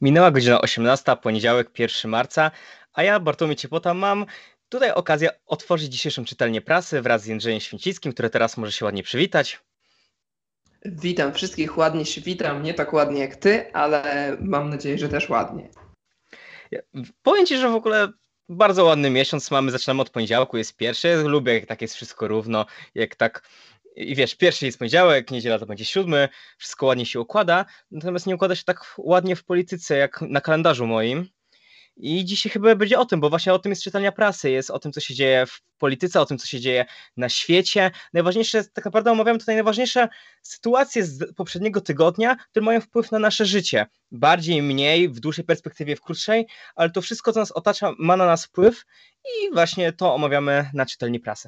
Minęła godzina 18, poniedziałek, 1 marca, a ja, Bartłomiej Ciepota, mam tutaj okazję otworzyć dzisiejszą czytelnię prasy wraz z Jędrzejem Święcickim, który teraz może się ładnie przywitać. Witam wszystkich, ładnie się witam, nie tak ładnie jak ty, ale mam nadzieję, że też ładnie. Powiem ci, że w ogóle bardzo ładny miesiąc mamy, zaczynamy od poniedziałku, jest pierwszy, lubię jak tak jest wszystko równo, jak tak, i wiesz, pierwszy jest poniedziałek, niedziela to będzie 7, wszystko ładnie się układa, natomiast nie układa się tak ładnie w polityce jak na kalendarzu moim. I dzisiaj chyba będzie o tym, bo właśnie o tym jest czytania prasy, jest o tym, co się dzieje w polityce, o tym, co się dzieje na świecie. Najważniejsze, tak naprawdę omawiamy tutaj najważniejsze sytuacje z poprzedniego tygodnia, które mają wpływ na nasze życie. Bardziej, mniej, w dłuższej perspektywie, w krótszej, ale to wszystko, co nas otacza, ma na nas wpływ i właśnie to omawiamy na czytelni prasy.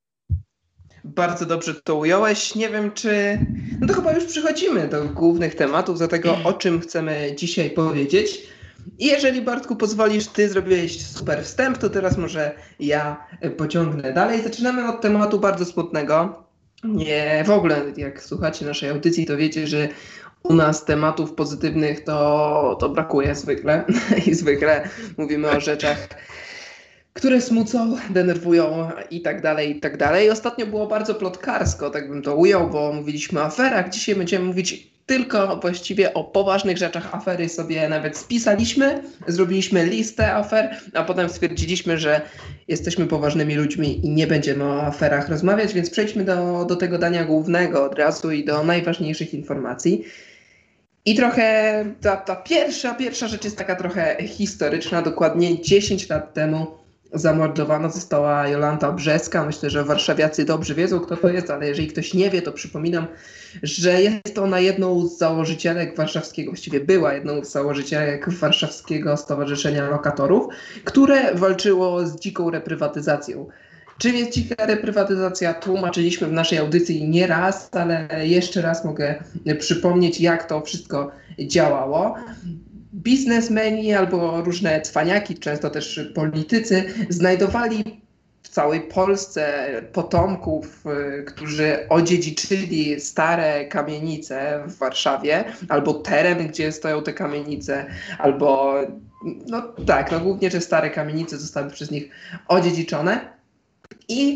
Bardzo dobrze to ująłeś. Nie wiem, czy... No to chyba już przechodzimy do głównych tematów, do tego, o czym chcemy dzisiaj powiedzieć. I jeżeli, Bartku, pozwolisz, ty zrobiłeś super wstęp, to teraz może ja pociągnę dalej. Zaczynamy od tematu bardzo smutnego. Nie, w ogóle, jak słuchacie naszej audycji, to wiecie, że u nas tematów pozytywnych to brakuje zwykle. I zwykle mówimy o rzeczach, które smucą, denerwują i tak dalej, i tak dalej. Ostatnio było bardzo plotkarsko, tak bym to ujął, bo mówiliśmy o aferach. Dzisiaj będziemy mówić tylko właściwie o poważnych rzeczach. Afery sobie nawet spisaliśmy, zrobiliśmy listę afer, a potem stwierdziliśmy, że jesteśmy poważnymi ludźmi i nie będziemy o aferach rozmawiać, więc przejdźmy do tego dania głównego od razu i do najważniejszych informacji. I trochę ta pierwsza rzecz jest taka trochę historyczna. Dokładnie 10 lat temu zamordowana została Jolanta Brzeska. Myślę, że warszawiacy dobrze wiedzą, kto to jest, ale jeżeli ktoś nie wie, to przypominam, że jest ona jedną z założycielek warszawskiego, właściwie była jedną z założycielek Warszawskiego Stowarzyszenia Lokatorów, które walczyło z dziką reprywatyzacją. Czym jest dzika reprywatyzacja? Tłumaczyliśmy w naszej audycji nie raz, ale jeszcze raz mogę przypomnieć, jak to wszystko działało. Biznesmeni albo różne cwaniaki, często też politycy, znajdowali w całej Polsce potomków, którzy odziedziczyli stare kamienice w Warszawie, albo teren, gdzie stoją te kamienice, albo głównie, że stare kamienice zostały przez nich odziedziczone i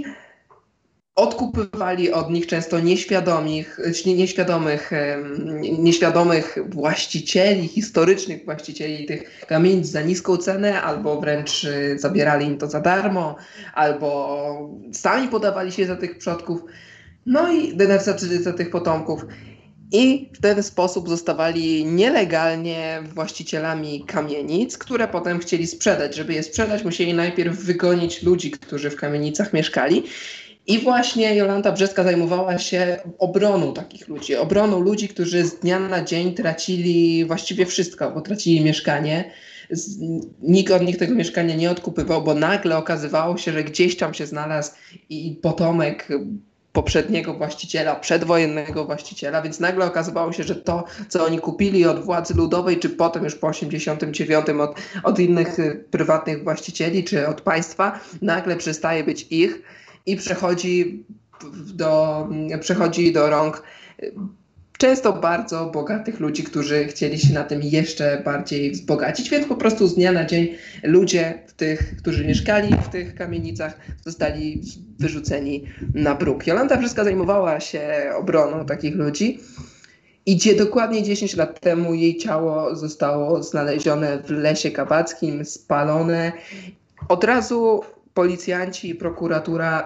odkupywali od nich często nieświadomych właścicieli, historycznych właścicieli tych kamienic za niską cenę, albo wręcz zabierali im to za darmo, albo sami podawali się za tych przodków, no i za tych potomków. I w ten sposób zostawali nielegalnie właścicielami kamienic, które potem chcieli sprzedać. Żeby je sprzedać, musieli najpierw wygonić ludzi, którzy w kamienicach mieszkali. I właśnie Jolanta Brzeska zajmowała się obroną takich ludzi. Obroną ludzi, którzy z dnia na dzień tracili właściwie wszystko, bo tracili mieszkanie. Nikt od nich tego mieszkania nie odkupywał, bo nagle okazywało się, że gdzieś tam się znalazł i potomek poprzedniego właściciela, przedwojennego właściciela, więc nagle okazywało się, że to, co oni kupili od władzy ludowej, czy potem już po 89 od innych prywatnych właścicieli, czy od państwa, nagle przestaje być ich i przechodzi do rąk często bardzo bogatych ludzi, którzy chcieli się na tym jeszcze bardziej wzbogacić, więc po prostu z dnia na dzień ludzie, którzy mieszkali w tych kamienicach, zostali wyrzuceni na bruk. Jolanta Brzeska zajmowała się obroną takich ludzi i dokładnie 10 lat temu jej ciało zostało znalezione w Lesie Kabackim, spalone. Od razu policjanci i prokuratura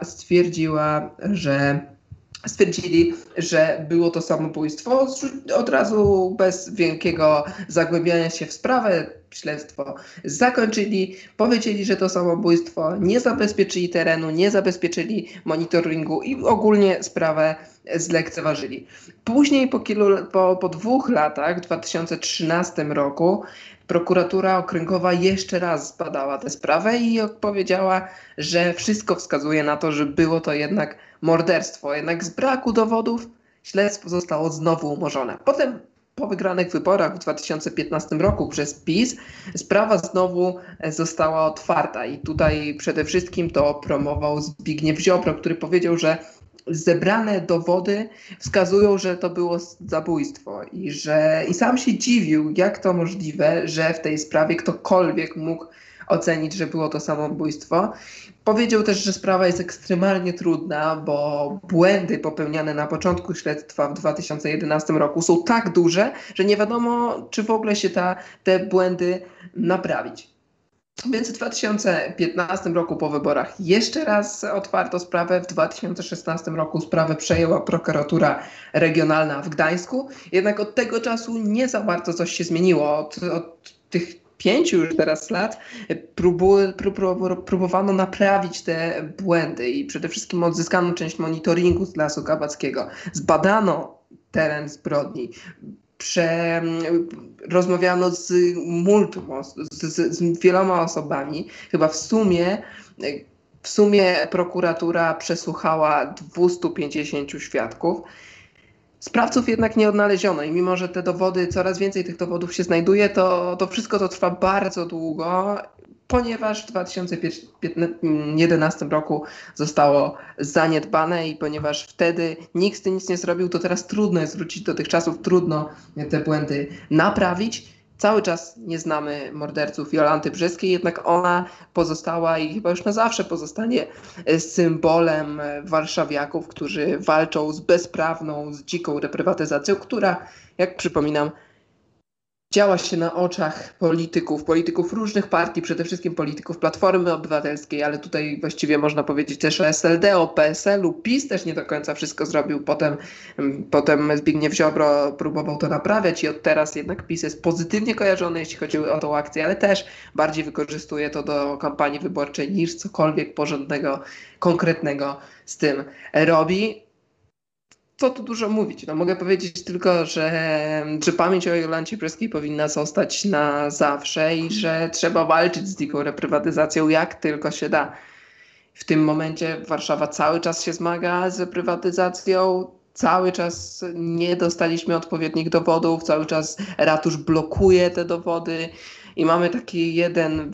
stwierdzili, że było to samobójstwo. Od razu bez wielkiego zagłębiania się w sprawę śledztwo zakończyli, powiedzieli, że to samobójstwo, nie zabezpieczyli terenu, nie zabezpieczyli monitoringu i ogólnie sprawę zlekceważyli. Później po 2 latach, w 2013 roku, prokuratura okręgowa jeszcze raz zbadała tę sprawę i powiedziała, że wszystko wskazuje na to, że było to jednak morderstwo. Jednak z braku dowodów śledztwo zostało znowu umorzone. Potem po wygranych wyborach w 2015 roku przez PiS sprawa znowu została otwarta i tutaj przede wszystkim to promował Zbigniew Ziobro, który powiedział, że zebrane dowody wskazują, że to było zabójstwo i sam się dziwił, jak to możliwe, że w tej sprawie ktokolwiek mógł ocenić, że było to samobójstwo. Powiedział też, że sprawa jest ekstremalnie trudna, bo błędy popełniane na początku śledztwa w 2011 roku są tak duże, że nie wiadomo, czy w ogóle się te błędy naprawić. Więc w 2015 roku po wyborach jeszcze raz otwarto sprawę. W 2016 roku sprawę przejęła prokuratura regionalna w Gdańsku. Jednak od tego czasu nie za bardzo coś się zmieniło. Od tych 5 już teraz lat próbowano naprawić te błędy i przede wszystkim odzyskano część monitoringu z Lasu Kabackiego. Zbadano teren zbrodni. Rozmawiano z wieloma osobami. Chyba w sumie prokuratura przesłuchała 250 świadków. Sprawców jednak nie odnaleziono i mimo, że coraz więcej tych dowodów się znajduje, to wszystko to trwa bardzo długo, ponieważ w 2011 roku zostało zaniedbane i ponieważ wtedy nikt z tym nic nie zrobił, to teraz trudno jest wrócić do tych czasów, trudno te błędy naprawić. Cały czas nie znamy morderców Jolanty Brzeskiej, jednak ona pozostała i chyba już na zawsze pozostanie symbolem warszawiaków, którzy walczą z bezprawną, z dziką reprywatyzacją, która, jak przypominam, działa się na oczach polityków różnych partii, przede wszystkim polityków Platformy Obywatelskiej, ale tutaj właściwie można powiedzieć też o SLD, o PSL-u. PiS też nie do końca wszystko zrobił. Potem Zbigniew Ziobro próbował to naprawiać i od teraz jednak PiS jest pozytywnie kojarzony, jeśli chodzi o tą akcję, ale też bardziej wykorzystuje to do kampanii wyborczej niż cokolwiek porządnego, konkretnego z tym robi. Co tu dużo mówić? No, mogę powiedzieć tylko, że pamięć o Jolancie Brzeskiej powinna zostać na zawsze i że trzeba walczyć z dziką reprywatyzacją jak tylko się da. W tym momencie Warszawa cały czas się zmaga z reprywatyzacją, cały czas nie dostaliśmy odpowiednich dowodów, cały czas ratusz blokuje te dowody i mamy taki jeden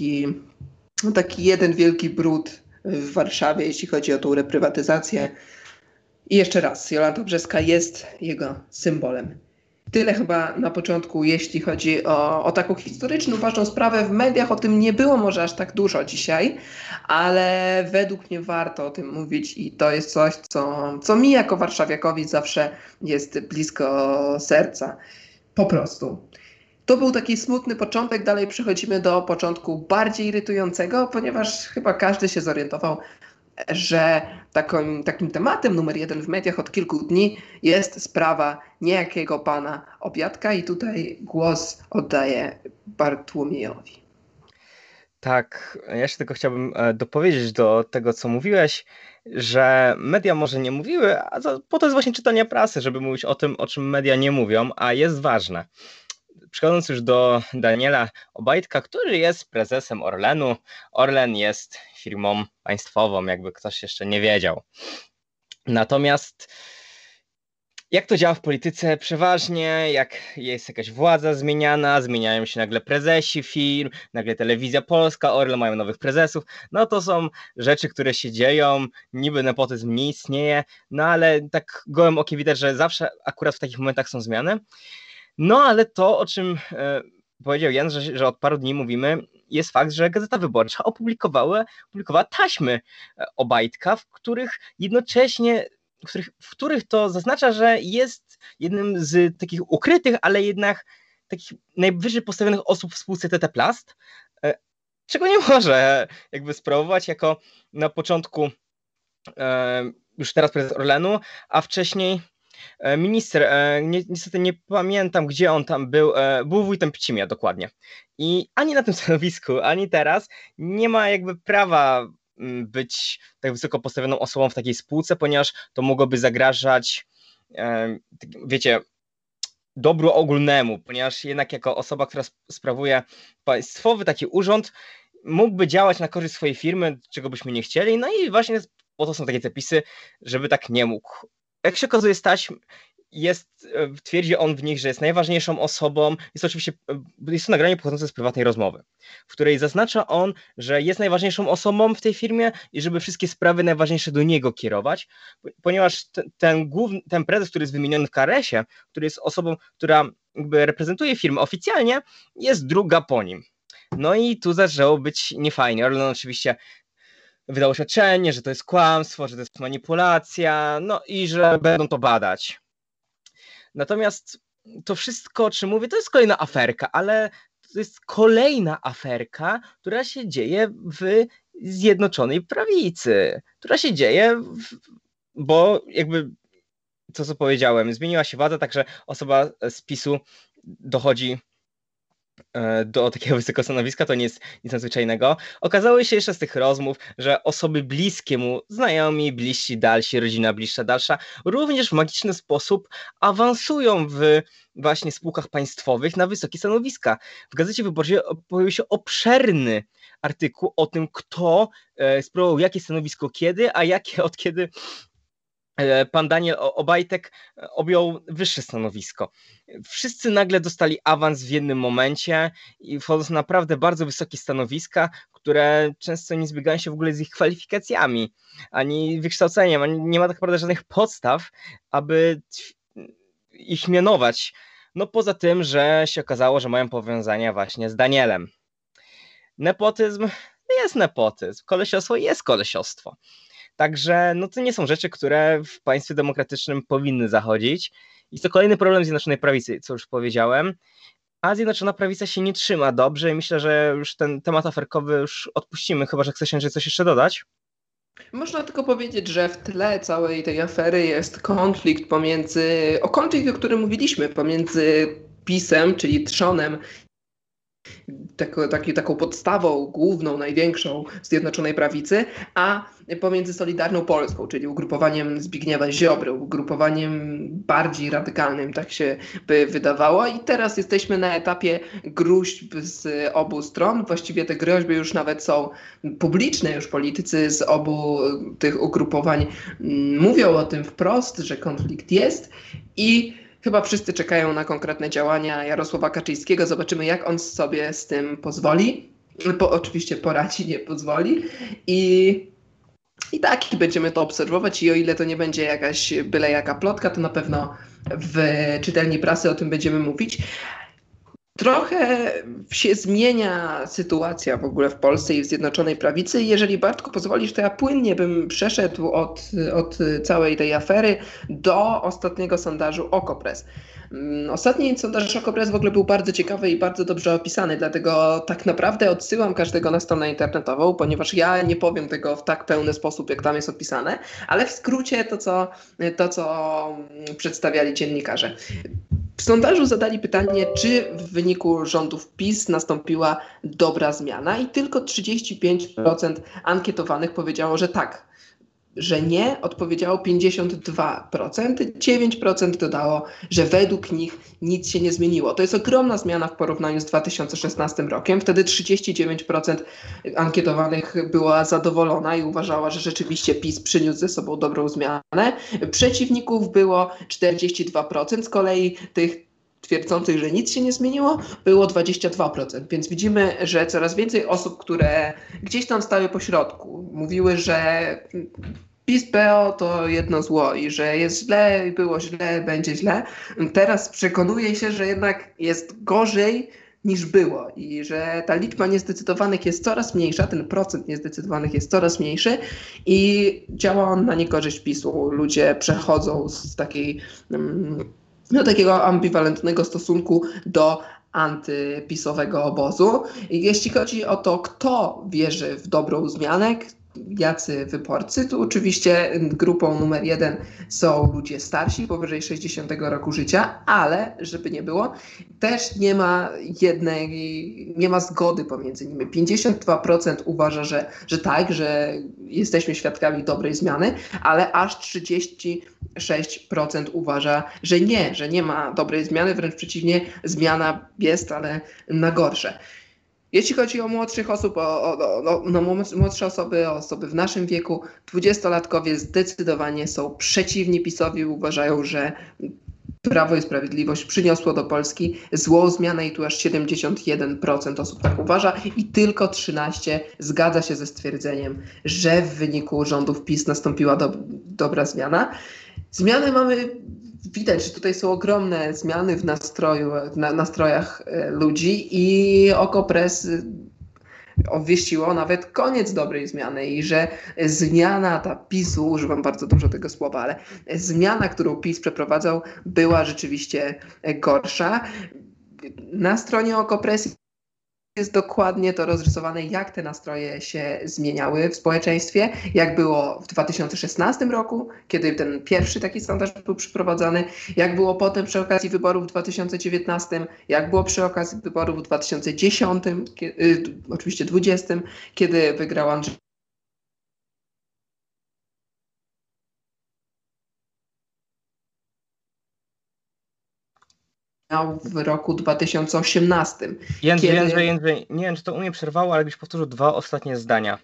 wielki brud w Warszawie, jeśli chodzi o tą reprywatyzację. I jeszcze raz, Jolanta Brzeska jest jego symbolem. Tyle chyba na początku, jeśli chodzi o taką historyczną, ważną sprawę. W mediach o tym nie było może aż tak dużo dzisiaj, ale według mnie warto o tym mówić i to jest coś, co mi jako warszawiakowi zawsze jest blisko serca. Po prostu. To był taki smutny początek, dalej przechodzimy do początku bardziej irytującego, ponieważ chyba każdy się zorientował, że takim tematem numer 1 w mediach od kilku dni jest sprawa niejakiego pana Obiadka i tutaj głos oddaję Bartłomiejowi. Tak, ja jeszcze tylko chciałbym dopowiedzieć do tego, co mówiłeś, że media może nie mówiły, a po to jest właśnie czytanie prasy, żeby mówić o tym, o czym media nie mówią, a jest ważne. Przechodząc już do Daniela Obajtka, który jest prezesem Orlenu. Orlen jest firmą państwową, jakby ktoś jeszcze nie wiedział. Natomiast jak to działa w polityce? Przeważnie jak jest jakaś władza zmieniana, zmieniają się nagle prezesi firm, nagle Telewizja Polska, Orlen mają nowych prezesów, no to są rzeczy, które się dzieją, niby nepotyzm nie istnieje, no ale tak gołym okiem widać, że zawsze akurat w takich momentach są zmiany. No ale to, o czym powiedział Jens, że od paru dni mówimy, jest fakt, że Gazeta Wyborcza opublikowała taśmy Obajtka, w których to zaznacza, że jest jednym z takich ukrytych, ale jednak takich najwyżej postawionych osób w spółce TT Plast, czego nie może jakby sprawować jako na początku już teraz prezes Orlenu, a wcześniej minister, niestety nie pamiętam, gdzie on tam był wójtem Pcimia dokładnie. I ani na tym stanowisku, ani teraz nie ma jakby prawa być tak wysoko postawioną osobą w takiej spółce, ponieważ to mogłoby zagrażać, wiecie, dobru ogólnemu, ponieważ jednak jako osoba, która sprawuje państwowy taki urząd, mógłby działać na korzyść swojej firmy, czego byśmy nie chcieli, no i właśnie po to są takie zapisy, żeby tak nie mógł. Jak się okazuje, twierdzi on w nich, że jest najważniejszą osobą. Jest to nagranie pochodzące z prywatnej rozmowy, w której zaznacza on, że jest najważniejszą osobą w tej firmie i żeby wszystkie sprawy najważniejsze do niego kierować, ponieważ ten prezes, który jest wymieniony w KRS-ie, który jest osobą, która jakby reprezentuje firmę oficjalnie, jest druga po nim. No i tu zaczęło być niefajnie. Orlen oczywiście wydał oświadczenie, że to jest kłamstwo, że to jest manipulacja, no i że będą to badać. Natomiast to wszystko, o czym mówię, to jest kolejna aferka, ale to jest kolejna aferka, która się dzieje w Zjednoczonej Prawicy, która się dzieje, bo jakby to, co powiedziałem, zmieniła się władza, także osoba z PiS-u dochodzi do takiego wysokiego stanowiska, to nie jest nic nadzwyczajnego. Okazało się jeszcze z tych rozmów, że osoby bliskie mu, znajomi, bliżsi, dalsi, rodzina bliższa, dalsza, również w magiczny sposób awansują w właśnie spółkach państwowych na wysokie stanowiska. W Gazecie Wyborczej pojawił się obszerny artykuł o tym, kto sprawował jakie stanowisko kiedy, a jakie od kiedy pan Daniel Obajtek objął wyższe stanowisko. Wszyscy nagle dostali awans w jednym momencie i wchodząc na naprawdę bardzo wysokie stanowiska, które często nie zbiegają się w ogóle z ich kwalifikacjami, ani wykształceniem, ani nie ma tak naprawdę żadnych podstaw, aby ich mianować. No poza tym, że się okazało, że mają powiązania właśnie z Danielem. Nepotyzm jest nepotyzm, kolesiostwo jest kolesiostwo. Także no to nie są rzeczy, które w państwie demokratycznym powinny zachodzić. Jest to kolejny problem Zjednoczonej Prawicy, co już powiedziałem. A Zjednoczona Prawica się nie trzyma dobrze i myślę, że już ten temat aferkowy już odpuścimy, chyba że chcesz Andrzej coś jeszcze dodać? Można tylko powiedzieć, że w tle całej tej afery jest konflikt, o którym mówiliśmy, pomiędzy PiS-em, czyli trzonem, taką podstawą główną, największą Zjednoczonej Prawicy, a pomiędzy Solidarną Polską, czyli ugrupowaniem Zbigniewa Ziobry, ugrupowaniem bardziej radykalnym, tak się by wydawało. I teraz jesteśmy na etapie gróźb z obu stron. Właściwie te groźby już nawet są publiczne, już politycy z obu tych ugrupowań mówią o tym wprost, że konflikt jest i chyba wszyscy czekają na konkretne działania Jarosława Kaczyńskiego. Zobaczymy, jak on sobie z tym pozwoli. Oczywiście poradzi, nie pozwoli. I tak będziemy to obserwować i o ile to nie będzie jakaś byle jaka plotka, to na pewno w czytelni prasy o tym będziemy mówić. Trochę się zmienia sytuacja w ogóle w Polsce i w Zjednoczonej Prawicy. Jeżeli Bartku pozwolisz, to ja płynnie bym przeszedł od całej tej afery do ostatniego sondażu Okopres. Ostatni sondaż Okopres w ogóle był bardzo ciekawy i bardzo dobrze opisany, dlatego tak naprawdę odsyłam każdego na stronę internetową, ponieważ ja nie powiem tego w tak pełny sposób, jak tam jest opisane, ale w skrócie to, co przedstawiali dziennikarze. W sondażu zadali pytanie, czy w wyniku rządów PiS nastąpiła dobra zmiana i tylko 35% ankietowanych powiedziało, że tak. Że nie, odpowiedziało 52%, 9% dodało, że według nich nic się nie zmieniło. To jest ogromna zmiana w porównaniu z 2016 rokiem. Wtedy 39% ankietowanych była zadowolona i uważała, że rzeczywiście PiS przyniósł ze sobą dobrą zmianę. Przeciwników było 42%, z kolei tych twierdzących, że nic się nie zmieniło, było 22%. Więc widzimy, że coraz więcej osób, które gdzieś tam stały po środku, mówiły, że PiS-PO to jedno zło i że jest źle, było źle, będzie źle. Teraz przekonuje się, że jednak jest gorzej niż było i że ta liczba niezdecydowanych jest coraz mniejsza, ten procent niezdecydowanych jest coraz mniejszy i działa on na niekorzyść PiS-u. Ludzie przechodzą z takiego ambiwalentnego stosunku do antypisowego obozu. I jeśli chodzi o to, kto wierzy w dobrą zmianę, jacy wyborcy, to oczywiście grupą numer 1 są ludzie starsi, powyżej 60 roku życia, ale żeby nie było, też nie ma zgody pomiędzy nimi. 52% uważa, że tak, że jesteśmy świadkami dobrej zmiany, ale aż 36% uważa, że nie ma dobrej zmiany, wręcz przeciwnie, zmiana jest, ale na gorsze. Jeśli chodzi o młodszych osób, młodsze osoby w naszym wieku, 20-latkowie zdecydowanie są przeciwni PiS-owi, uważają, że Prawo i Sprawiedliwość przyniosło do Polski złą zmianę i tu aż 71% osób tak uważa i tylko 13% zgadza się ze stwierdzeniem, że w wyniku rządów PiS nastąpiła dobra zmiana. Zmiany widać, że tutaj są ogromne zmiany w nastrojach ludzi i Okopres obwieściło nawet koniec dobrej zmiany i że zmiana ta PiS-u, używam bardzo dużo tego słowa, ale zmiana, którą PiS przeprowadzał, była rzeczywiście gorsza. Na stronie Okopres jest dokładnie to rozrysowane, jak te nastroje się zmieniały w społeczeństwie, jak było w 2016 roku, kiedy ten pierwszy taki sondaż był przeprowadzany, jak było potem przy okazji wyborów w 2019, jak było przy okazji wyborów w 2010, oczywiście 2020, kiedy wygrał Andrzej w roku 2018. Jędrzej, nie wiem, czy to u mnie przerwało, ale byś powtórzył 2 ostatnie zdania.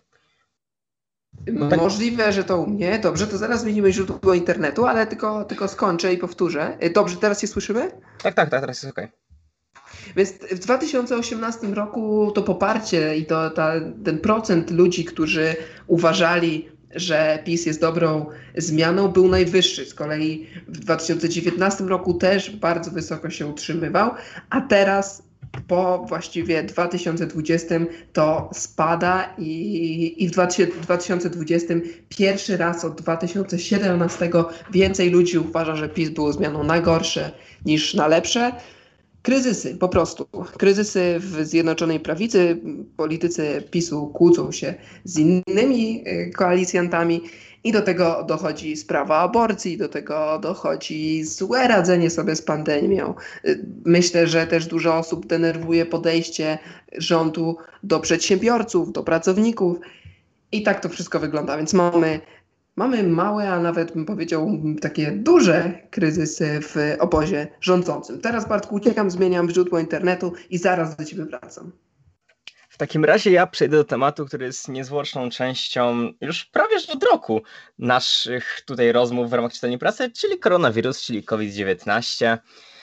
Możliwe, że to u mnie. Dobrze, to zaraz zmienimy źródło internetu, ale tylko skończę i powtórzę. Dobrze, teraz się słyszymy? Tak, teraz jest okej. Więc w 2018 roku to poparcie i ten procent ludzi, którzy uważali, że PiS jest dobrą zmianą, był najwyższy. Z kolei w 2019 roku też bardzo wysoko się utrzymywał, a teraz po właściwie 2020 to spada i w 2020 pierwszy raz od 2017 więcej ludzi uważa, że PiS było zmianą na gorsze niż na lepsze. Kryzysy, po prostu. Kryzysy w Zjednoczonej Prawicy. Politycy PiS-u kłócą się z innymi koalicjantami i do tego dochodzi sprawa aborcji, do tego dochodzi złe radzenie sobie z pandemią. Myślę, że też dużo osób denerwuje podejście rządu do przedsiębiorców, do pracowników i tak to wszystko wygląda. Więc mamy małe, a nawet bym powiedział takie duże kryzysy w obozie rządzącym. Teraz, Bartku, uciekam, zmieniam źródło internetu i zaraz do ciebie wracam. W takim razie ja przejdę do tematu, który jest niezwłoczną częścią już prawie od roku naszych tutaj rozmów w ramach czytania prasy, czyli koronawirus, czyli COVID-19.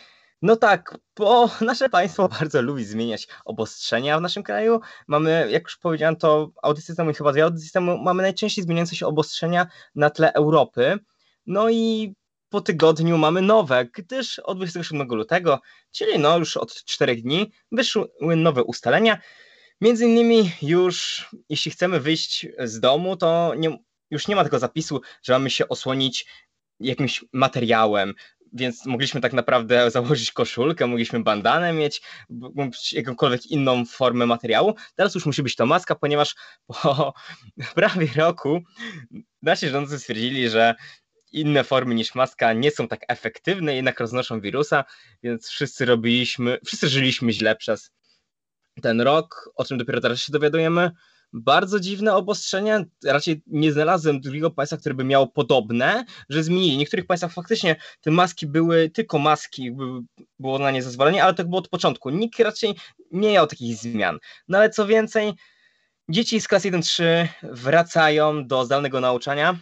No tak, bo nasze państwo bardzo lubi zmieniać obostrzenia w naszym kraju. Mamy, jak już powiedziałem, to audycję temu i chyba 2 audycje temu, mamy najczęściej zmieniające się obostrzenia na tle Europy. No i po tygodniu mamy nowe, gdyż od 27 lutego, czyli już od 4 dni, wyszły nowe ustalenia. Między innymi już, jeśli chcemy wyjść z domu, to już nie ma tego zapisu, że mamy się osłonić jakimś materiałem, więc mogliśmy tak naprawdę założyć koszulkę, mogliśmy bandanę mieć, jakąkolwiek inną formę materiału. Teraz już musi być to maska, ponieważ po prawie roku nasi rządzący stwierdzili, że inne formy niż maska nie są tak efektywne, jednak roznoszą wirusa, więc wszyscy żyliśmy źle przez ten rok, o czym dopiero teraz się dowiadujemy. Bardzo dziwne obostrzenia. Raczej nie znalazłem drugiego państwa, które by miało podobne, że zmienili. W niektórych państwach faktycznie te maski były, tylko maski było na nie zezwolenie, ale tak było od początku. Nikt raczej nie miał takich zmian. No ale co więcej, dzieci z klas 1-3 wracają do zdalnego nauczania.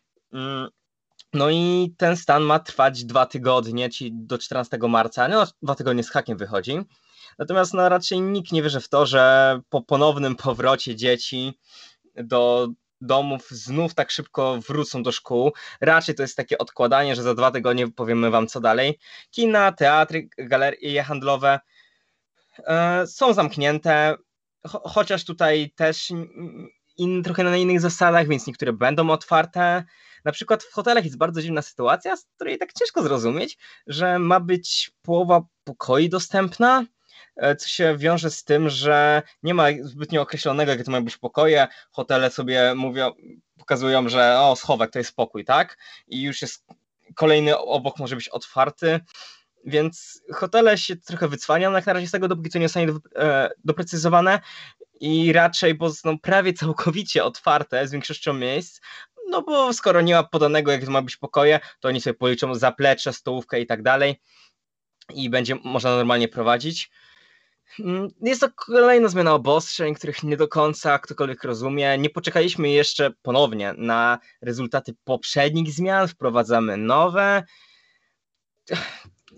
No i ten stan ma trwać 2 tygodnie, czyli do 14 marca. 2 tygodnie z hakiem wychodzi. Natomiast raczej nikt nie wierzy w to, że po ponownym powrocie dzieci do domów znów tak szybko wrócą do szkół. Raczej to jest takie odkładanie, że za 2 tygodnie powiemy wam co dalej. Kina, teatry, galerie handlowe są zamknięte, chociaż tutaj też trochę na innych zasadach, więc niektóre będą otwarte. Na przykład w hotelach jest bardzo dziwna sytuacja, z której tak ciężko zrozumieć, że ma być połowa pokoi dostępna, co się wiąże z tym, że nie ma zbytnio określonego, jakie to mają być pokoje. Hotele sobie pokazują, że schowek to jest pokój, tak? I już jest kolejny obok może być otwarty, więc hotele się trochę wycwaniają jak na razie z tego, dopóki to nie zostanie doprecyzowane i raczej pozostaną prawie całkowicie otwarte z większością miejsc, no bo skoro nie ma podanego, jak to ma być pokoje, to oni sobie policzą zaplecze, stołówkę i tak dalej i będzie można normalnie prowadzić. Jest to kolejna zmiana obostrzeń, których nie do końca ktokolwiek rozumie. Nie poczekaliśmy jeszcze ponownie na rezultaty poprzednich zmian, wprowadzamy nowe.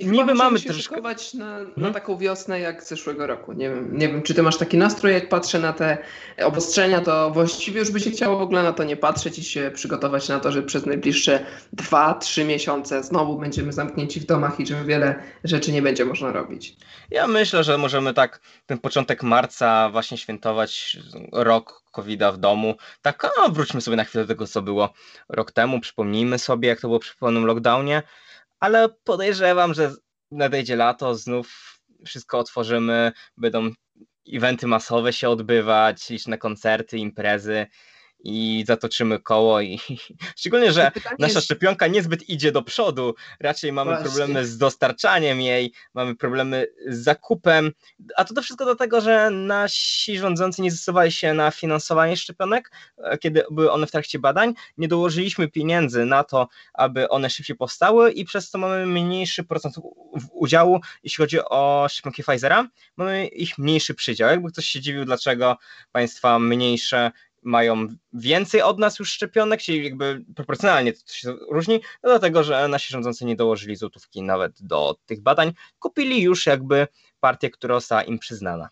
I niby mamy się szykować na taką wiosnę jak zeszłego roku. Nie wiem, czy ty masz taki nastrój, jak patrzę na te obostrzenia, to właściwie już by się chciało w ogóle na to nie patrzeć i się przygotować na to, że przez najbliższe 2-3 miesiące znowu będziemy zamknięci w domach i że wiele rzeczy nie będzie można robić. Ja myślę, że możemy tak ten początek marca właśnie świętować rok COVID-a w domu. Tak, wróćmy sobie na chwilę do tego, co było rok temu, przypomnijmy sobie, jak to było przy pełnym lockdownie, ale podejrzewam, że nadejdzie lato, znów wszystko otworzymy, będą eventy masowe się odbywać, liczne koncerty, imprezy i zatoczymy koło i szczególnie, że nasza szczepionka niezbyt idzie do przodu, raczej mamy problemy z dostarczaniem jej, mamy problemy z zakupem, a to wszystko dlatego, że nasi rządzący nie zdecydowali się na finansowanie szczepionek, kiedy były one w trakcie badań, nie dołożyliśmy pieniędzy na to, aby one szybciej powstały i przez to mamy mniejszy procent udziału, jeśli chodzi o szczepionki Pfizera, mamy ich mniejszy przydział. Jakby ktoś się dziwił, dlaczego państwa mniejsze mają więcej od nas już szczepionek, czyli jakby proporcjonalnie to się różni, no dlatego, że nasi rządzący nie dołożyli złotówki nawet do tych badań, kupili już jakby partię, która została im przyznana.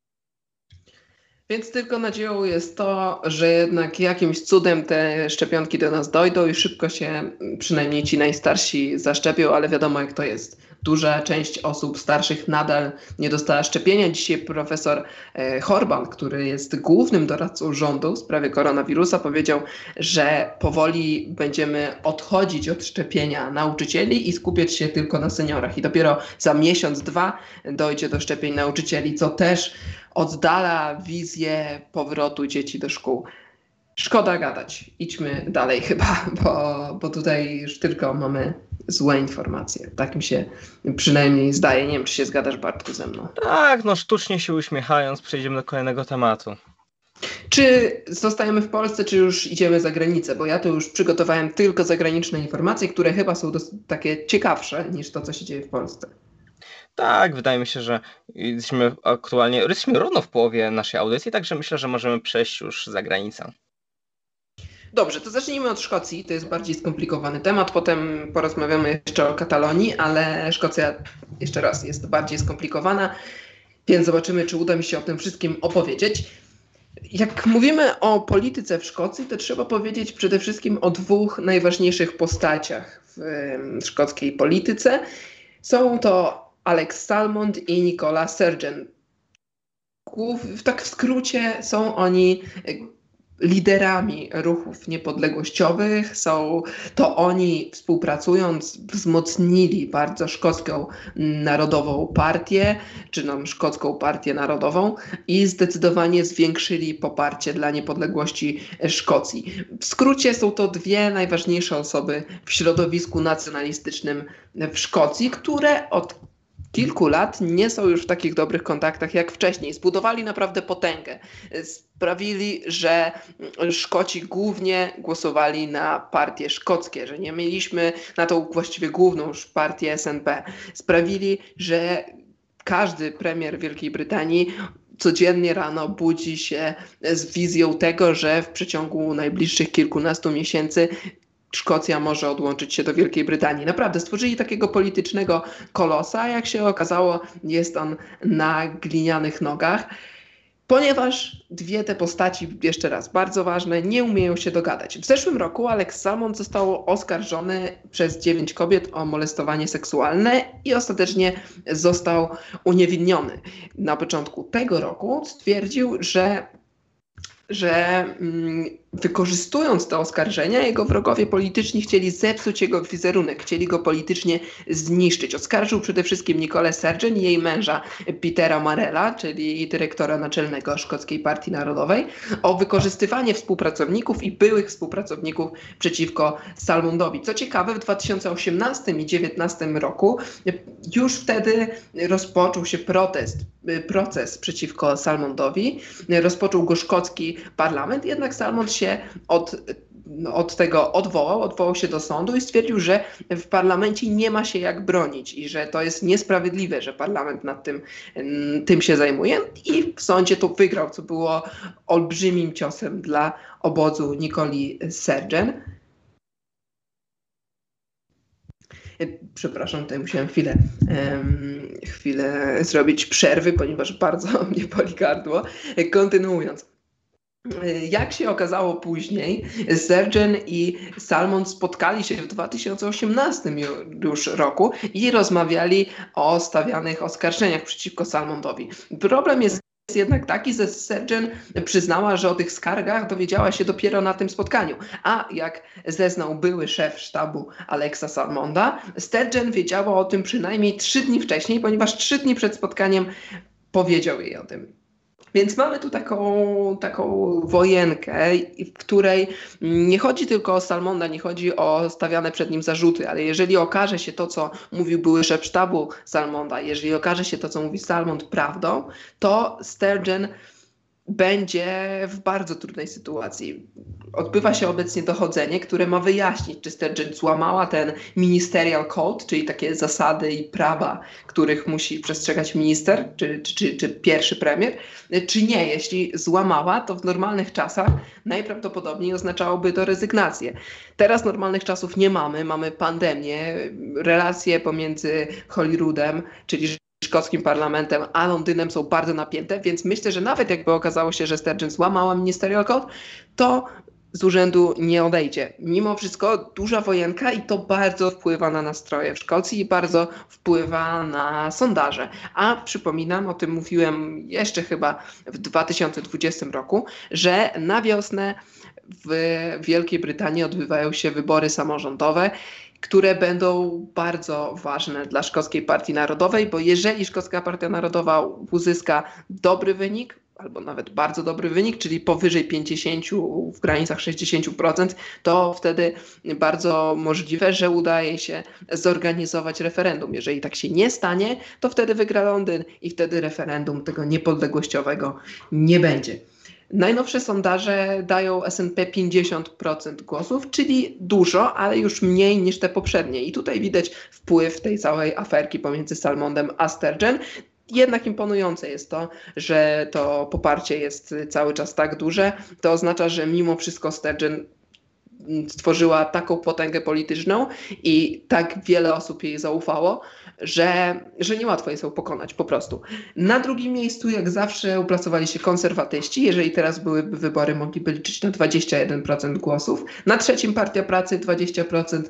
Więc tylko nadzieją jest to, że jednak jakimś cudem te szczepionki do nas dojdą i szybko się przynajmniej ci najstarsi zaszczepią, ale wiadomo jak to jest. Duża część osób starszych nadal nie dostała szczepienia. Dzisiaj profesor Horban, który jest głównym doradcą rządu w sprawie koronawirusa, powiedział, że powoli będziemy odchodzić od szczepienia nauczycieli i skupiać się tylko na seniorach. I dopiero za miesiąc, 2 dojdzie do szczepień nauczycieli, co też oddala wizję powrotu dzieci do szkół. Szkoda gadać. Idźmy dalej chyba, bo tutaj już tylko mamy złe informacje. Tak mi się przynajmniej zdaje. Nie wiem, czy się zgadasz, Bartku, ze mną. Tak, sztucznie się uśmiechając, przejdziemy do kolejnego tematu. Czy zostajemy w Polsce, czy już idziemy za granicę? Bo ja tu już przygotowałem tylko zagraniczne informacje, które chyba są takie ciekawsze niż to, co się dzieje w Polsce. Tak, wydaje mi się, że jesteśmy równo w połowie naszej audycji, także myślę, że możemy przejść już za granicę. Dobrze, to zacznijmy od Szkocji. To jest bardziej skomplikowany temat. Potem porozmawiamy jeszcze o Katalonii, ale Szkocja jeszcze raz jest bardziej skomplikowana, więc zobaczymy, czy uda mi się o tym wszystkim opowiedzieć. Jak mówimy o polityce w Szkocji, to trzeba powiedzieć przede wszystkim o 2 najważniejszych postaciach w szkockiej polityce. Są to Alex Salmond i Nicola Sturgeon. Tak w skrócie są oni liderami ruchów niepodległościowych. To oni, współpracując, wzmocnili bardzo szkocką narodową partię, czy szkocką partię narodową i zdecydowanie zwiększyli poparcie dla niepodległości Szkocji. W skrócie są to 2 najważniejsze osoby w środowisku nacjonalistycznym w Szkocji, które od kilku lat nie są już w takich dobrych kontaktach jak wcześniej. Zbudowali naprawdę potęgę. Sprawili, że Szkoci głównie głosowali na partie szkockie, że nie mieliśmy na tą właściwie główną już partię SNP. Sprawili, że każdy premier Wielkiej Brytanii codziennie rano budzi się z wizją tego, że w przeciągu najbliższych kilkunastu miesięcy Szkocja może odłączyć się do Wielkiej Brytanii. Naprawdę stworzyli takiego politycznego kolosa. Jak się okazało, jest on na glinianych nogach, ponieważ 2 te postaci, jeszcze raz, bardzo ważne, nie umieją się dogadać. W zeszłym roku Alex Salmond został oskarżony przez 9 kobiet o molestowanie seksualne i ostatecznie został uniewinniony. Na początku tego roku stwierdził, że wykorzystując te oskarżenia, jego wrogowie polityczni chcieli zepsuć jego wizerunek, chcieli go politycznie zniszczyć. Oskarżył przede wszystkim Nicolę Sturgeon i jej męża Petera Marella, czyli dyrektora naczelnego Szkockiej Partii Narodowej, o wykorzystywanie współpracowników i byłych współpracowników przeciwko Salmondowi. Co ciekawe, w 2018 i 2019 roku już wtedy rozpoczął się proces przeciwko Salmondowi. Rozpoczął go szkocki parlament, jednak Salmond się od tego odwołał się do sądu i stwierdził, że w parlamencie nie ma się jak bronić i że to jest niesprawiedliwe, że parlament nad tym się zajmuje i w sądzie to wygrał, co było olbrzymim ciosem dla obozu Nicoli Sturgeon. Przepraszam, tutaj musiałem chwilę zrobić przerwy, ponieważ bardzo mnie boli gardło. Kontynuując. Jak się okazało później, Sergen i Salmond spotkali się w 2018 już roku i rozmawiali o stawianych oskarżeniach przeciwko Salmondowi. Problem jest jednak taki, że Sergen przyznała, że o tych skargach dowiedziała się dopiero na tym spotkaniu. A jak zeznał były szef sztabu Alexa Salmonda, Sergen wiedziała o tym przynajmniej 3 dni wcześniej, ponieważ 3 dni przed spotkaniem powiedział jej o tym. Więc mamy tu taką wojenkę, w której nie chodzi tylko o Salmonda, nie chodzi o stawiane przed nim zarzuty, ale jeżeli okaże się to, co mówił były szef sztabu Salmonda, jeżeli okaże się to, co mówi Salmond prawdą, to Sergen będzie w bardzo trudnej sytuacji. Odbywa się obecnie dochodzenie, które ma wyjaśnić, czy Sergen złamała ten ministerial code, czyli takie zasady i prawa, których musi przestrzegać minister, czy pierwszy premier, czy nie. Jeśli złamała, to w normalnych czasach najprawdopodobniej oznaczałoby to rezygnację. Teraz normalnych czasów nie mamy, mamy pandemię, relacje pomiędzy Holyroodem, czyli szkockim parlamentem, a Londynem są bardzo napięte, więc myślę, że nawet jakby okazało się, że Sergen złamała ministerial code, to z urzędu nie odejdzie. Mimo wszystko duża wojenka i to bardzo wpływa na nastroje w Szkocji i bardzo wpływa na sondaże. A przypominam, o tym mówiłem jeszcze chyba w 2020 roku, że na wiosnę w Wielkiej Brytanii odbywają się wybory samorządowe, które będą bardzo ważne dla Szkockiej Partii Narodowej, bo jeżeli Szkocka Partia Narodowa uzyska dobry wynik, albo nawet bardzo dobry wynik, czyli powyżej 50, w granicach 60%, to wtedy bardzo możliwe, że udaje się zorganizować referendum. Jeżeli tak się nie stanie, to wtedy wygra Londyn i wtedy referendum tego niepodległościowego nie będzie. Najnowsze sondaże dają SNP 50% głosów, czyli dużo, ale już mniej niż te poprzednie. I tutaj widać wpływ tej całej aferki pomiędzy Salmondem a Sergen. Jednak imponujące jest to, że to poparcie jest cały czas tak duże. To oznacza, że mimo wszystko Sergen stworzyła taką potęgę polityczną i tak wiele osób jej zaufało, że niełatwo jest ją pokonać po prostu. Na drugim miejscu jak zawsze uplasowali się konserwatyści. Jeżeli teraz byłyby wybory, mogliby liczyć na 21% głosów. Na trzecim Partia Pracy 20%,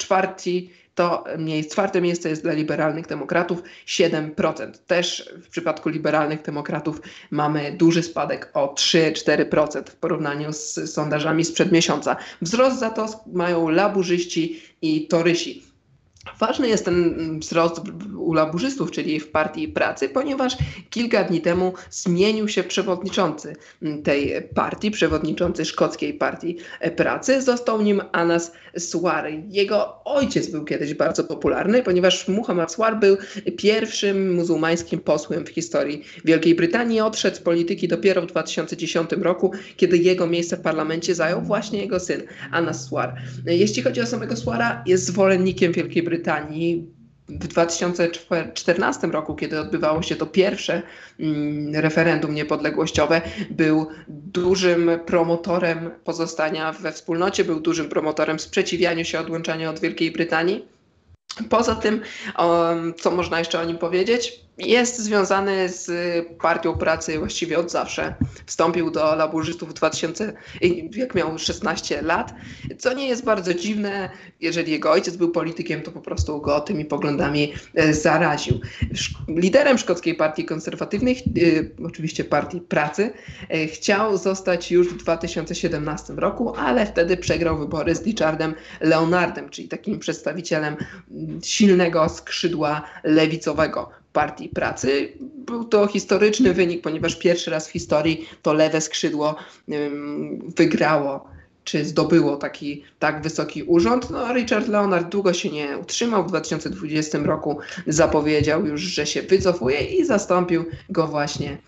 czwarte miejsce jest dla liberalnych demokratów 7%. Też w przypadku liberalnych demokratów mamy duży spadek o 3-4% w porównaniu z sondażami sprzed miesiąca. Wzrost za to mają laburzyści i torysi. Ważny jest ten wzrost u laburzystów, czyli w Partii Pracy, ponieważ kilka dni temu zmienił się przewodniczący tej partii, przewodniczący Szkockiej Partii Pracy. Został nim Anas Swar. Jego ojciec był kiedyś bardzo popularny, ponieważ Muhammad Swar był pierwszym muzułmańskim posłem w historii Wielkiej Brytanii. Odszedł z polityki dopiero w 2010 roku, kiedy jego miejsce w parlamencie zajął właśnie jego syn, Anas Swar. Jeśli chodzi o samego Swara, jest zwolennikiem Wielkiej Brytanii. W 2014 roku, kiedy odbywało się to pierwsze referendum niepodległościowe, był dużym promotorem pozostania we wspólnocie, był dużym promotorem sprzeciwiania się odłączania od Wielkiej Brytanii. Poza tym, co można jeszcze o nim powiedzieć? Jest związany z Partią Pracy właściwie od zawsze. Wstąpił do laburzystów jak miał 16 lat, co nie jest bardzo dziwne. Jeżeli jego ojciec był politykiem, to po prostu go tymi poglądami zaraził. Liderem Szkockiej Partii Konserwatywnej, oczywiście Partii Pracy, chciał zostać już w 2017 roku, ale wtedy przegrał wybory z Richardem Leonardem, czyli takim przedstawicielem silnego skrzydła lewicowego Partii Pracy. Był to historyczny wynik, ponieważ pierwszy raz w historii to lewe skrzydło wygrało, czy zdobyło tak wysoki urząd. No, Richard Leonard długo się nie utrzymał. W 2020 roku zapowiedział już, że się wycofuje i zastąpił go właśnie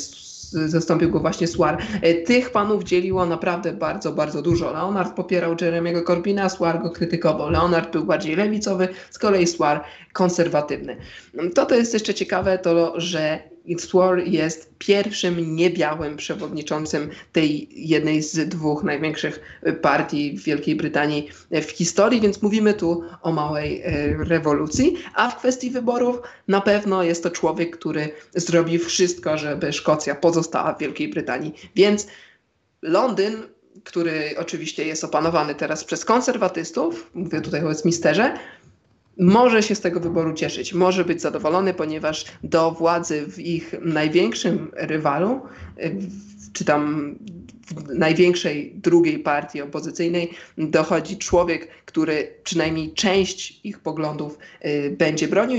Swar. Tych panów dzieliło naprawdę bardzo, bardzo dużo. Leonard popierał Jeremiego Corbyna, Swar go krytykował. Leonard był bardziej lewicowy, z kolei Swar konserwatywny. To jest jeszcze ciekawe, to że Swore jest pierwszym niebiałym przewodniczącym tej jednej z dwóch największych partii w Wielkiej Brytanii w historii, więc mówimy tu o małej rewolucji, a w kwestii wyborów na pewno jest to człowiek, który zrobi wszystko, żeby Szkocja pozostała w Wielkiej Brytanii, więc Londyn, który oczywiście jest opanowany teraz przez konserwatystów, mówię tutaj o Westminsterze, może się z tego wyboru cieszyć, może być zadowolony, ponieważ do władzy w ich największym rywalu, czy tam w największej drugiej partii opozycyjnej dochodzi człowiek, który przynajmniej część ich poglądów będzie bronił i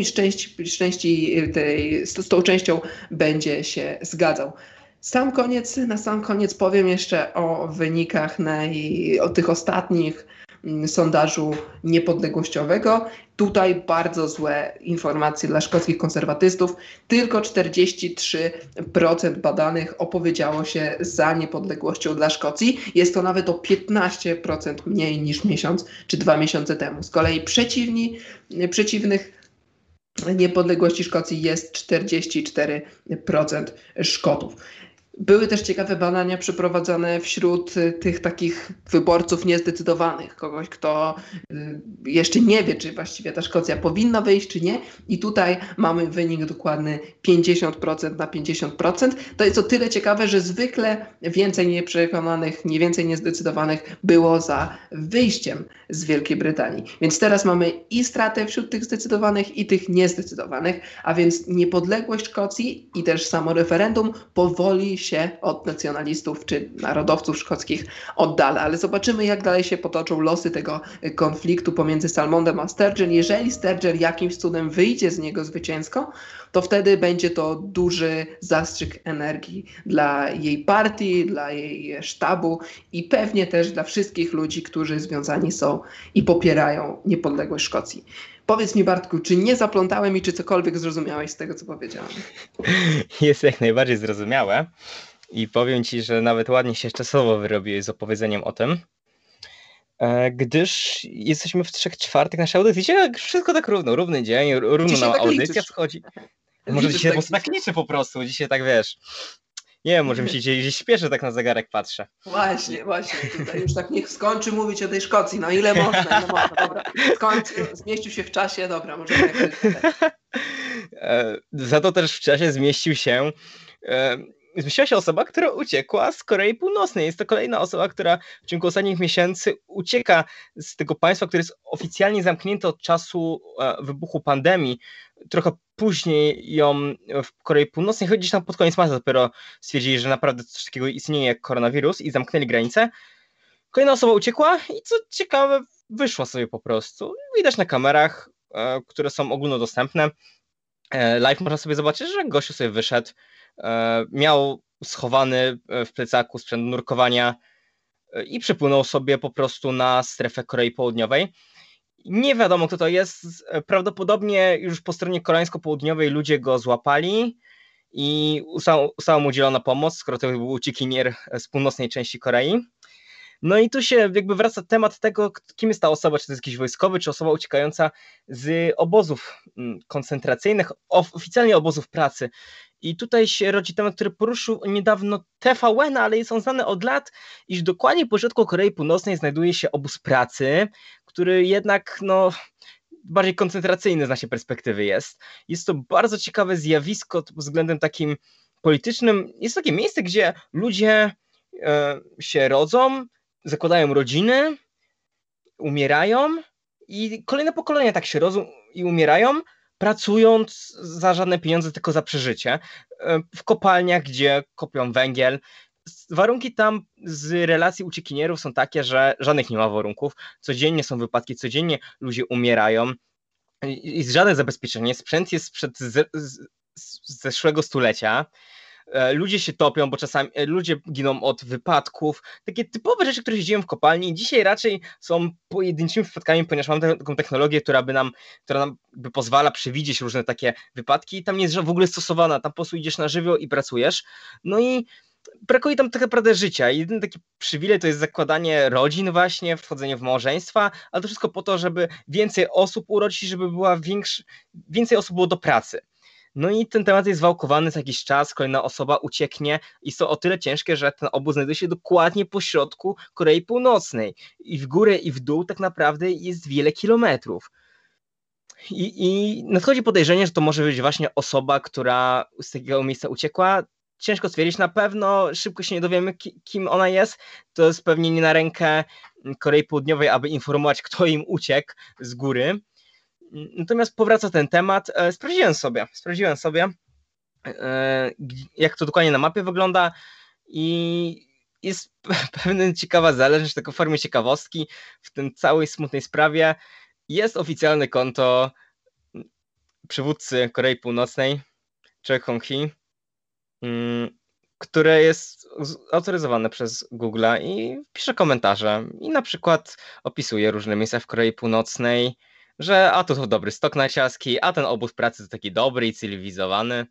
z tą częścią będzie się zgadzał. Na sam koniec powiem jeszcze o wynikach o tych ostatnich sondażu niepodległościowego. Tutaj bardzo złe informacje dla szkockich konserwatystów. Tylko 43% badanych opowiedziało się za niepodległością dla Szkocji. Jest to nawet o 15% mniej niż miesiąc czy 2 miesiące temu. Z kolei przeciwnych niepodległości Szkocji jest 44% Szkotów. Były też ciekawe badania przeprowadzone wśród tych takich wyborców niezdecydowanych, kogoś, kto jeszcze nie wie, czy właściwie ta Szkocja powinna wyjść, czy nie. I tutaj mamy wynik dokładny 50% na 50%. To jest o tyle ciekawe, że zwykle więcej nieprzekonanych, więcej niezdecydowanych było za wyjściem z Wielkiej Brytanii. Więc teraz mamy i stratę wśród tych zdecydowanych i tych niezdecydowanych, a więc niepodległość Szkocji i też samo referendum powoli się od nacjonalistów czy narodowców szkockich oddala. Ale zobaczymy, jak dalej się potoczą losy tego konfliktu pomiędzy Salmondem a Sturgeon. Jeżeli Sturgeon jakimś cudem wyjdzie z niego zwycięsko, to wtedy będzie to duży zastrzyk energii dla jej partii, dla jej sztabu i pewnie też dla wszystkich ludzi, którzy związani są i popierają niepodległość Szkocji. Powiedz mi, Bartku, czy nie zaplątałem i czy cokolwiek zrozumiałeś z tego, co powiedziałem? Jest jak najbardziej zrozumiałe i powiem Ci, że nawet ładnie się czasowo wyrobiłeś z opowiedzeniem o tym, gdyż jesteśmy w 3/4 naszej audycji. Dzisiaj wszystko tak równy dzień, równo nam audycja schodzi. Może dzisiaj tak liczę po prostu, dzisiaj tak wiesz. Nie wiem, może mi się gdzieś śpieszy, tak na zegarek patrzę. Właśnie, tutaj już tak niech skończy mówić o tej Szkocji, no ile można, dobra, zmieścił się w czasie, dobra, możemy... Za to też w czasie zmieściła się osoba, która uciekła z Korei Północnej. Jest to kolejna osoba, która w ciągu ostatnich miesięcy ucieka z tego państwa, które jest oficjalnie zamknięte od czasu wybuchu pandemii. Trochę później ją w Korei Północnej, choć gdzieś tam pod koniec marca dopiero stwierdzili, że naprawdę coś takiego istnieje jak koronawirus i zamknęli granice. Kolejna osoba uciekła i co ciekawe, wyszła sobie po prostu. Widać na kamerach, które są ogólnodostępne. Live można sobie zobaczyć, że gościu sobie wyszedł. Miał schowany w plecaku sprzęt nurkowania i przypłynął sobie po prostu na strefę Korei Południowej. Nie wiadomo, kto to jest. Prawdopodobnie już po stronie koreańsko-południowej ludzie go złapali i została mu udzielona pomoc, skoro to był uciekinier z północnej części Korei. No i tu się jakby wraca temat tego, kim jest ta osoba, czy to jest jakiś wojskowy, czy osoba uciekająca z obozów koncentracyjnych, oficjalnie obozów pracy. I tutaj się rodzi temat, który poruszył niedawno TVN, ale jest on znany od lat, iż dokładnie po środku Korei Północnej znajduje się obóz pracy, który jednak bardziej koncentracyjny z naszej perspektywy jest. Jest to bardzo ciekawe zjawisko pod względem takim politycznym. Jest to takie miejsce, gdzie ludzie się rodzą, zakładają rodziny, umierają i kolejne pokolenia tak się rodzą i umierają, pracując za żadne pieniądze, tylko za przeżycie. W kopalniach, gdzie kopią węgiel. Warunki tam z relacji uciekinierów są takie, że żadnych nie ma warunków. Codziennie są wypadki, codziennie ludzie umierają. Jest żadne zabezpieczenie. Sprzęt jest z zeszłego stulecia. Ludzie się topią, bo czasami ludzie giną od wypadków. Takie typowe rzeczy, które się dzieją w kopalni. Dzisiaj raczej są pojedynczymi przypadkami, ponieważ mamy taką technologię, która nam pozwala przewidzieć różne takie wypadki. Tam nie jest w ogóle stosowana. Tam po prostu idziesz na żywioł i pracujesz. No i brakuje tam tak naprawdę życia. Jedyny taki przywilej to jest zakładanie rodzin właśnie, wchodzenie w małżeństwa, ale to wszystko po to, żeby więcej osób urodzić, żeby więcej osób było do pracy. No i ten temat jest wałkowany co jakiś czas, kolejna osoba ucieknie i są o tyle ciężkie, że ten obóz znajduje się dokładnie po środku Korei Północnej. I w górę i w dół tak naprawdę jest wiele kilometrów. I nadchodzi podejrzenie, że to może być właśnie osoba, która z takiego miejsca uciekła. Ciężko stwierdzić, na pewno szybko się nie dowiemy, kim ona jest. To jest pewnie nie na rękę Korei Południowej, aby informować, kto im uciekł z góry. Natomiast powraca ten temat. Sprawdziłem sobie, jak to dokładnie na mapie wygląda i jest pewna ciekawa zależność, tylko w formie ciekawostki w tym całej smutnej sprawie. Jest oficjalne konto przywódcy Korei Północnej, Choi Hong-hee, które jest autoryzowane przez Google'a i pisze komentarze i na przykład opisuje różne miejsca w Korei Północnej, że a to dobry stok narciarski, a ten obóz pracy to taki dobry i cywilizowany.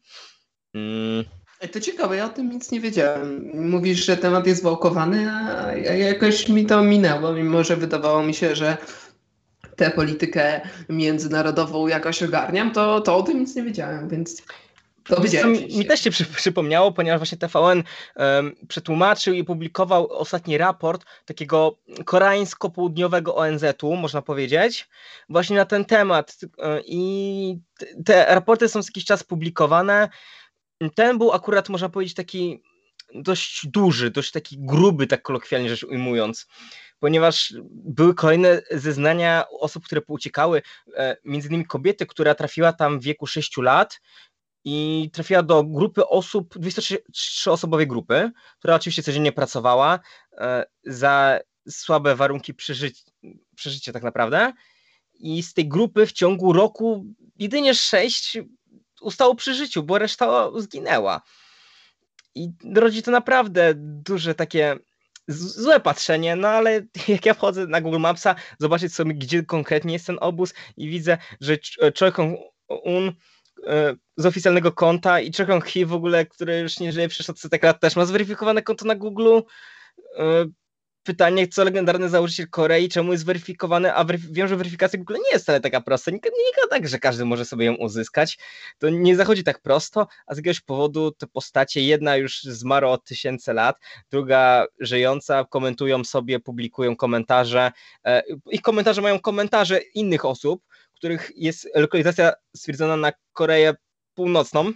To ciekawe, ja o tym nic nie wiedziałem. Mówisz, że temat jest wałkowany, a jakoś mi to minęło, mimo że wydawało mi się, że tę politykę międzynarodową jakoś ogarniam, to o tym nic nie wiedziałem, więc dowiedziałem się. Mi też się przypomniało, ponieważ właśnie TVN przetłumaczył i publikował ostatni raport takiego koreańsko-południowego ONZ-u, można powiedzieć, właśnie na ten temat. I te raporty są z jakiś czas publikowane. Ten był akurat, można powiedzieć, taki dość duży, dość taki gruby, tak kolokwialnie rzecz ujmując, ponieważ były kolejne zeznania osób, które pouciekały, między innymi kobiety, która trafiła tam w wieku 6 lat i trafiła do grupy osób, 23-osobowej grupy, która oczywiście codziennie pracowała za słabe warunki przeżycia tak naprawdę, i z tej grupy w ciągu roku jedynie 6 ustało przy życiu, bo reszta zginęła. I rodzi to naprawdę duże takie złe patrzenie, no ale jak ja wchodzę na Google Mapsa, zobaczyć sobie, gdzie konkretnie jest ten obóz i widzę, że Choi Hong-un z oficjalnego konta i Choi Hong-hee w ogóle, który już nie żyje przez setek lat, też ma zweryfikowane konto na Google. Pytanie, co legendarny założyciel Korei, czemu jest weryfikowany, a wiem, że weryfikacja Google nie jest wcale taka prosta. Nie tak, że każdy może sobie ją uzyskać. To nie zachodzi tak prosto, a z jakiegoś powodu te postacie, jedna już zmarła od 1000 lat, druga żyjąca, komentują sobie, publikują komentarze. Ich komentarze mają komentarze innych osób, których jest lokalizacja stwierdzona na Koreę Północną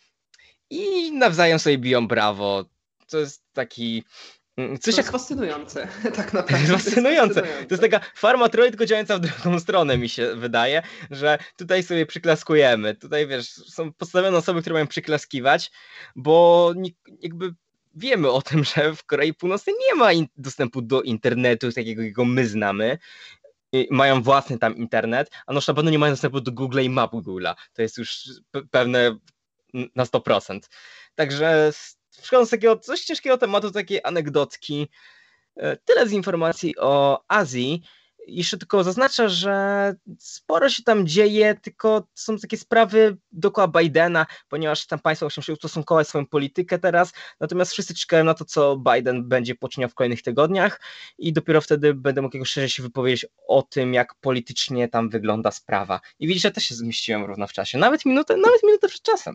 i nawzajem sobie biją brawo. To jest taki... To jest fascynujące, tak naprawdę. To jest fascynujące. To jest taka farma troli, tylko działająca w drugą stronę, mi się wydaje, że tutaj sobie przyklaskujemy. Tutaj, wiesz, są postawione osoby, które mają przyklaskiwać, bo jakby wiemy o tym, że w Korei Północnej nie ma dostępu do internetu takiego, jakiego my znamy. Mają własny tam internet, a na pewno nie mają dostępu do Google i map Google'a. To jest już pewne na 100%. Także szukając takiego coś ciężkiego tematu, takiej anegdotki, tyle z informacji o Azji. Jeszcze tylko zaznaczę, że sporo się tam dzieje, tylko są takie sprawy dookoła Bidena, ponieważ tam państwo muszą się ustosunkować swoją politykę teraz, natomiast wszyscy czekają na to, co Biden będzie poczyniał w kolejnych tygodniach i dopiero wtedy będę mógł szerzej się wypowiedzieć o tym, jak politycznie tam wygląda sprawa. I widzisz, że też się zmieściłem równo w czasie, nawet minutę przed czasem.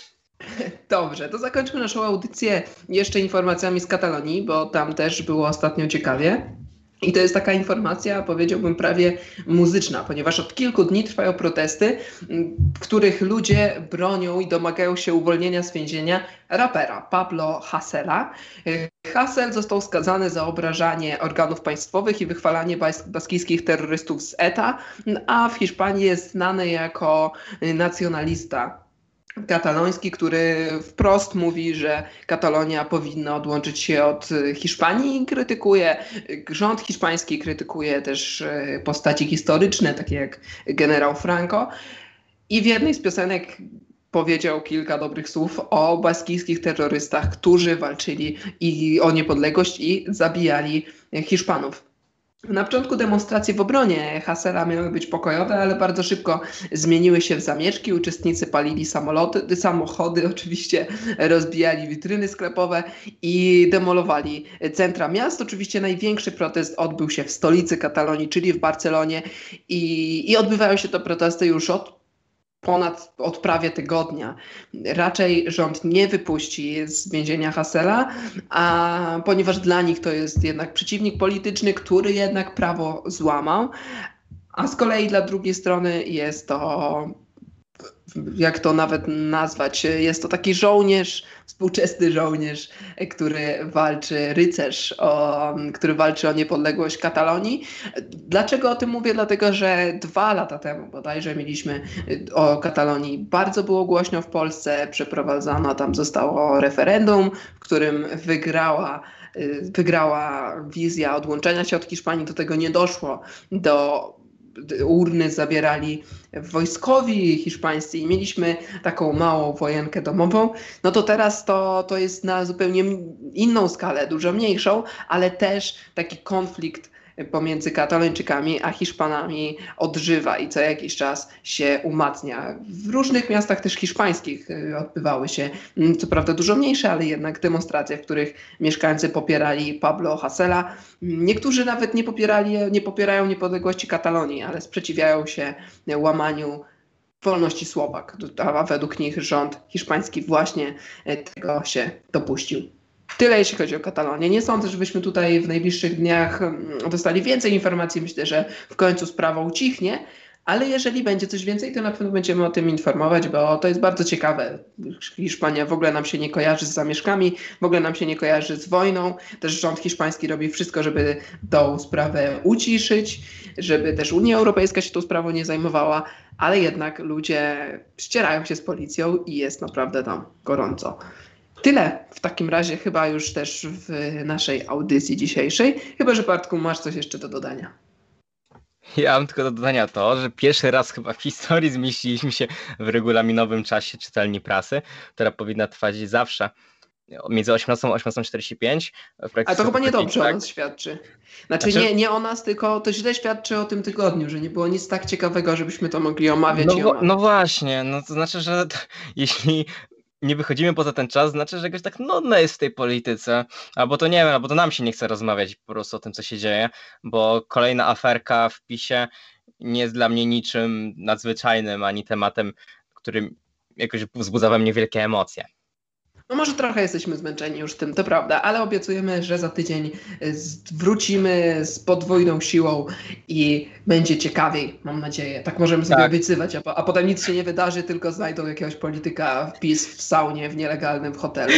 Dobrze, to zakończmy naszą audycję jeszcze informacjami z Katalonii, bo tam też było ostatnio ciekawie. I to jest taka informacja, powiedziałbym, prawie muzyczna, ponieważ od kilku dni trwają protesty, w których ludzie bronią i domagają się uwolnienia z więzienia rapera Pablo Hasela. Hasel został skazany za obrażanie organów państwowych i wychwalanie baskijskich terrorystów z ETA, a w Hiszpanii jest znany jako nacjonalista kataloński, który wprost mówi, że Katalonia powinna odłączyć się od Hiszpanii i krytykuje, rząd hiszpański krytykuje też postaci historyczne, takie jak generał Franco, i w jednej z piosenek powiedział kilka dobrych słów o baskijskich terrorystach, którzy walczyli o niepodległość i zabijali Hiszpanów. Na początku demonstracje w obronie Hasela miały być pokojowe, ale bardzo szybko zmieniły się w zamieszki. Uczestnicy palili samochody, oczywiście rozbijali witryny sklepowe i demolowali centra miast. Oczywiście największy protest odbył się w stolicy Katalonii, czyli w Barcelonie, i odbywają się te protesty już od od prawie tygodnia. Raczej rząd nie wypuści z więzienia Hassela, a ponieważ dla nich to jest jednak przeciwnik polityczny, który jednak prawo złamał, a z kolei dla drugiej strony jest to, jak to nawet nazwać, jest to taki żołnierz, współczesny żołnierz, który walczy o niepodległość Katalonii. Dlaczego o tym mówię? Dlatego, że 2 lata temu bodajże mieliśmy o Katalonii bardzo było głośno w Polsce, przeprowadzano, tam zostało referendum, w którym wygrała wizja odłączenia się od Hiszpanii, do tego nie doszło, urny zabierali wojskowi hiszpańscy i mieliśmy taką małą wojenkę domową, no to teraz to jest na zupełnie inną skalę, dużo mniejszą, ale też taki konflikt pomiędzy Katalończykami a Hiszpanami odżywa i co jakiś czas się umacnia. W różnych miastach też hiszpańskich odbywały się, co prawda dużo mniejsze, ale jednak demonstracje, w których mieszkańcy popierali Pablo Haséla. Niektórzy nawet nie popierają niepodległości Katalonii, ale sprzeciwiają się łamaniu wolności słowa, a według nich rząd hiszpański właśnie tego się dopuścił. Tyle jeśli chodzi o Katalonię. Nie sądzę, żebyśmy tutaj w najbliższych dniach dostali więcej informacji. Myślę, że w końcu sprawa ucichnie, ale jeżeli będzie coś więcej, to na pewno będziemy o tym informować, bo to jest bardzo ciekawe. Hiszpania w ogóle nam się nie kojarzy z zamieszkami, w ogóle nam się nie kojarzy z wojną. Też rząd hiszpański robi wszystko, żeby tą sprawę uciszyć, żeby też Unia Europejska się tą sprawą nie zajmowała, ale jednak ludzie ścierają się z policją i jest naprawdę tam gorąco. Tyle w takim razie chyba już też w naszej audycji dzisiejszej. Chyba że Bartku, masz coś jeszcze do dodania. Ja mam tylko do dodania to, że pierwszy raz chyba w historii zmieściliśmy się w regulaminowym czasie czytelni prasy, która powinna trwać zawsze między 18 a 18:45. A to chyba niedobrze o nas świadczy. Znaczy nie o nas, tylko to źle świadczy o tym tygodniu, że nie było nic tak ciekawego, żebyśmy to mogli omawiać i omawiać. No właśnie, no to znaczy, że jeśli nie wychodzimy poza ten czas, znaczy, że jakoś tak nudne jest w tej polityce, albo to nie wiem, albo to nam się nie chce rozmawiać po prostu o tym, co się dzieje, bo kolejna aferka w PiS-ie nie jest dla mnie niczym nadzwyczajnym, ani tematem, który jakoś wzbudza we mnie wielkie emocje. No może trochę jesteśmy zmęczeni już tym, to prawda, ale obiecujemy, że za tydzień wrócimy z podwójną siłą i będzie ciekawiej, mam nadzieję. Tak możemy sobie obiecywać, a potem nic się nie wydarzy, tylko znajdą jakiegoś polityka wpis w saunie, w nielegalnym hotelu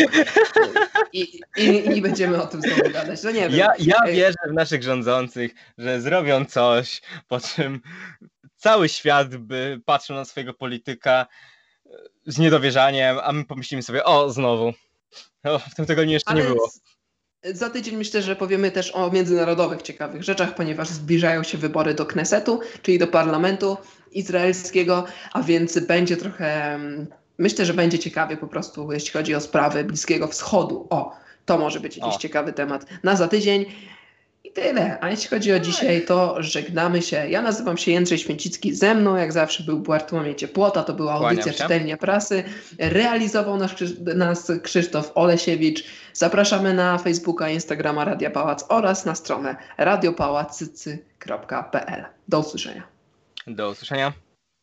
i będziemy o tym znowu gadać. No nie wiem. Ja wierzę w naszych rządzących, że zrobią coś, po czym cały świat by patrzył na swojego polityka z niedowierzaniem, a my pomyślimy sobie, znowu. W tym tygodniu jeszcze nie było. Za tydzień myślę, że powiemy też o międzynarodowych ciekawych rzeczach, ponieważ zbliżają się wybory do Knesetu, czyli do parlamentu izraelskiego, a więc będzie trochę, myślę, że będzie ciekawie po prostu, jeśli chodzi o sprawy Bliskiego Wschodu. To może być jakiś ciekawy temat na za tydzień. I tyle. A jeśli chodzi o dzisiaj, to żegnamy się. Ja nazywam się Jędrzej Święcicki. Ze mną jak zawsze był Bartłomiej Cieplota. To była audycja Czytelnia Prasy. Realizował nas Krzysztof Olesiewicz. Zapraszamy na Facebooka, Instagrama Radia Pałac oraz na stronę radiopałacycy.pl. Do usłyszenia. Do usłyszenia.